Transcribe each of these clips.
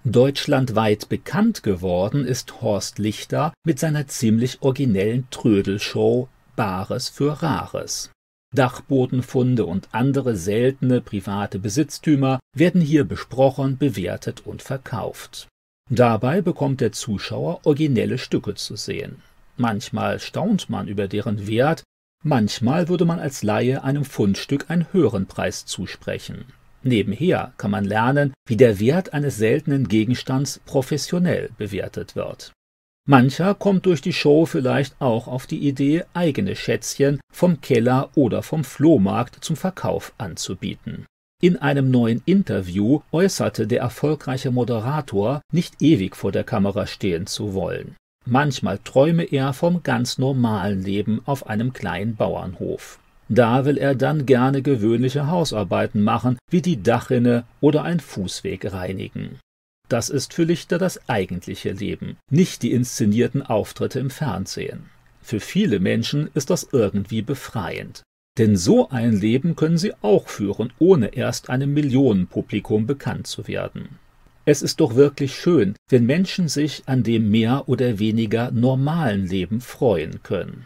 Deutschlandweit bekannt geworden ist Horst Lichter mit seiner ziemlich originellen Trödelshow »Bares für Rares«. Dachbodenfunde und andere seltene private Besitztümer werden hier besprochen, bewertet und verkauft. Dabei bekommt der Zuschauer originelle Stücke zu sehen. Manchmal staunt man über deren Wert, manchmal würde man als Laie einem Fundstück einen höheren Preis zusprechen. Nebenher kann man lernen, wie der Wert eines seltenen Gegenstands professionell bewertet wird. Mancher kommt durch die Show vielleicht auch auf die Idee, eigene Schätzchen vom Keller oder vom Flohmarkt zum Verkauf anzubieten. In einem neuen Interview äußerte der erfolgreiche Moderator, nicht ewig vor der Kamera stehen zu wollen. Manchmal träume er vom ganz normalen Leben auf einem kleinen Bauernhof. Da will er dann gerne gewöhnliche Hausarbeiten machen, wie die Dachrinne oder einen Fußweg reinigen. Das ist für Lichter das eigentliche Leben, nicht die inszenierten Auftritte im Fernsehen. Für viele Menschen ist das irgendwie befreiend. Denn so ein Leben können sie auch führen, ohne erst einem Millionenpublikum bekannt zu werden. Es ist doch wirklich schön, wenn Menschen sich an dem mehr oder weniger normalen Leben freuen können.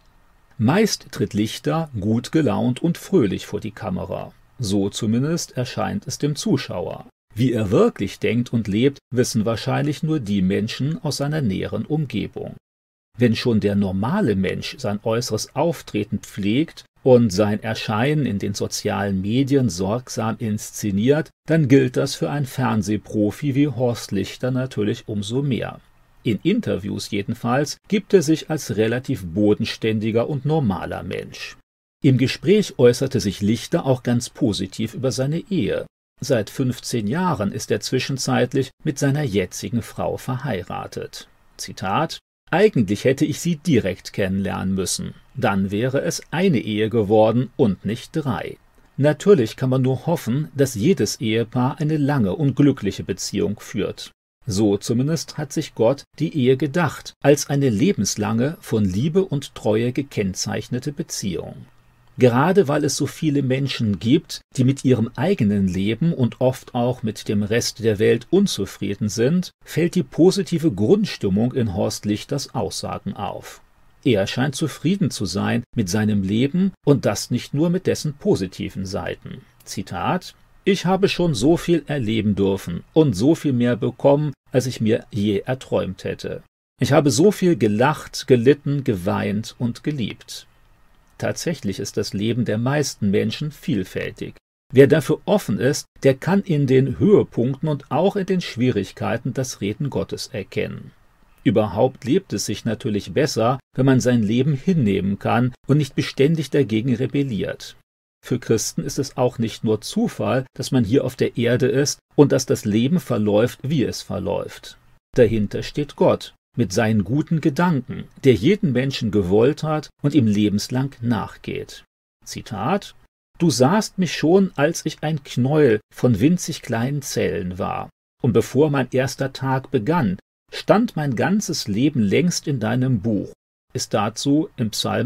Meist tritt Lichter gut gelaunt und fröhlich vor die Kamera. So zumindest erscheint es dem Zuschauer. Wie er wirklich denkt und lebt, wissen wahrscheinlich nur die Menschen aus seiner näheren Umgebung. Wenn schon der normale Mensch sein äußeres Auftreten pflegt und sein Erscheinen in den sozialen Medien sorgsam inszeniert, dann gilt das für einen Fernsehprofi wie Horst Lichter natürlich umso mehr. In Interviews jedenfalls gibt er sich als relativ bodenständiger und normaler Mensch. Im Gespräch äußerte sich Lichter auch ganz positiv über seine Ehe. Seit 15 Jahren ist er zwischenzeitlich mit seiner jetzigen Frau verheiratet. Zitat: »Eigentlich hätte ich sie direkt kennenlernen müssen. Dann wäre es eine Ehe geworden und nicht 3. Natürlich kann man nur hoffen, dass jedes Ehepaar eine lange und glückliche Beziehung führt. So zumindest hat sich Gott die Ehe gedacht, als eine lebenslange, von Liebe und Treue gekennzeichnete Beziehung. Gerade weil es so viele Menschen gibt, die mit ihrem eigenen Leben und oft auch mit dem Rest der Welt unzufrieden sind, fällt die positive Grundstimmung in Horst Lichters Aussagen auf. Er scheint zufrieden zu sein mit seinem Leben und das nicht nur mit dessen positiven Seiten. Zitat: »Ich habe schon so viel erleben dürfen und so viel mehr bekommen, als ich mir je erträumt hätte. Ich habe so viel gelacht, gelitten, geweint und geliebt.« Tatsächlich ist das Leben der meisten Menschen vielfältig. Wer dafür offen ist, der kann in den Höhepunkten und auch in den Schwierigkeiten das Reden Gottes erkennen. Überhaupt lebt es sich natürlich besser, wenn man sein Leben hinnehmen kann und nicht beständig dagegen rebelliert. Für Christen ist es auch nicht nur Zufall, dass man hier auf der Erde ist und dass das Leben verläuft, wie es verläuft. Dahinter steht Gott mit seinen guten Gedanken, der jeden Menschen gewollt hat und ihm lebenslang nachgeht. Zitat: »Du sahst mich schon, als ich ein Knäuel von winzig kleinen Zellen war. Und bevor mein erster Tag begann, stand mein ganzes Leben längst in deinem Buch«, ist dazu im Psalm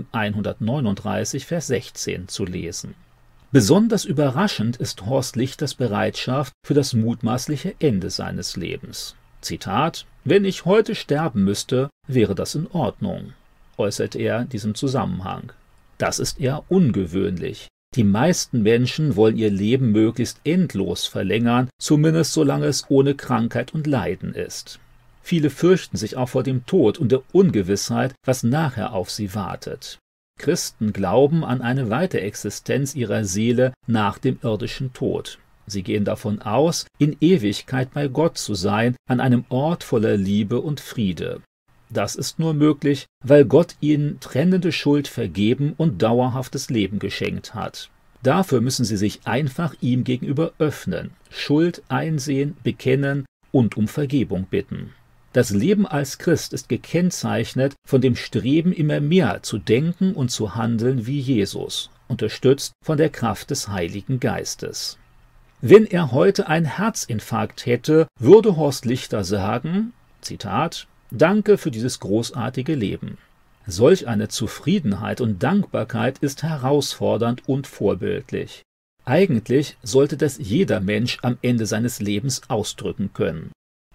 139, Vers 16 zu lesen. Besonders überraschend ist Horst Lichters Bereitschaft für das mutmaßliche Ende seines Lebens. Zitat: »Wenn ich heute sterben müsste, wäre das in Ordnung«, äußert er in diesem Zusammenhang. Das ist eher ungewöhnlich. Die meisten Menschen wollen ihr Leben möglichst endlos verlängern, zumindest solange es ohne Krankheit und Leiden ist. Viele fürchten sich auch vor dem Tod und der Ungewissheit, was nachher auf sie wartet. Christen glauben an eine Weiterexistenz ihrer Seele nach dem irdischen Tod. Sie gehen davon aus, in Ewigkeit bei Gott zu sein, an einem Ort voller Liebe und Friede. Das ist nur möglich, weil Gott ihnen trennende Schuld vergeben und dauerhaftes Leben geschenkt hat. Dafür müssen sie sich einfach ihm gegenüber öffnen, Schuld einsehen, bekennen und um Vergebung bitten. Das Leben als Christ ist gekennzeichnet von dem Streben, immer mehr zu denken und zu handeln wie Jesus, unterstützt von der Kraft des Heiligen Geistes. Wenn er heute einen Herzinfarkt hätte, würde Horst Lichter sagen, Zitat: »Danke für dieses großartige Leben.« Solch eine Zufriedenheit und Dankbarkeit ist herausfordernd und vorbildlich. Eigentlich sollte das jeder Mensch am Ende seines Lebens ausdrücken können.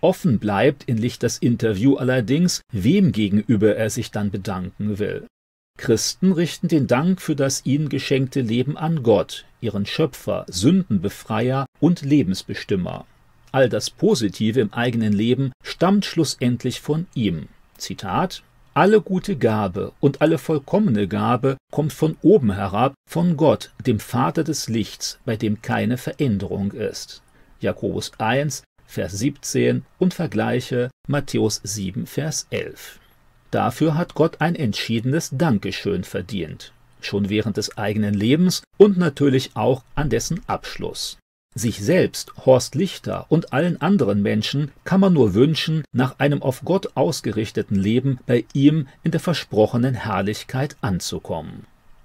Offen bleibt in Lichters Interview allerdings, wem gegenüber er sich dann bedanken will. Christen richten den Dank für das ihnen geschenkte Leben an Gott, ihren Schöpfer, Sündenbefreier und Lebensbestimmer. All das Positive im eigenen Leben stammt schlussendlich von ihm. Zitat: »Alle gute Gabe und alle vollkommene Gabe kommt von oben herab, von Gott, dem Vater des Lichts, bei dem keine Veränderung ist.« Jakobus 1, Vers 17 und Vergleiche Matthäus 7, Vers 11. Dafür hat Gott ein entschiedenes Dankeschön verdient, schon während des eigenen Lebens und natürlich auch an dessen Abschluss. Sich selbst, Horst Lichter und allen anderen Menschen kann man nur wünschen, nach einem auf Gott ausgerichteten Leben bei ihm in der versprochenen Herrlichkeit anzukommen.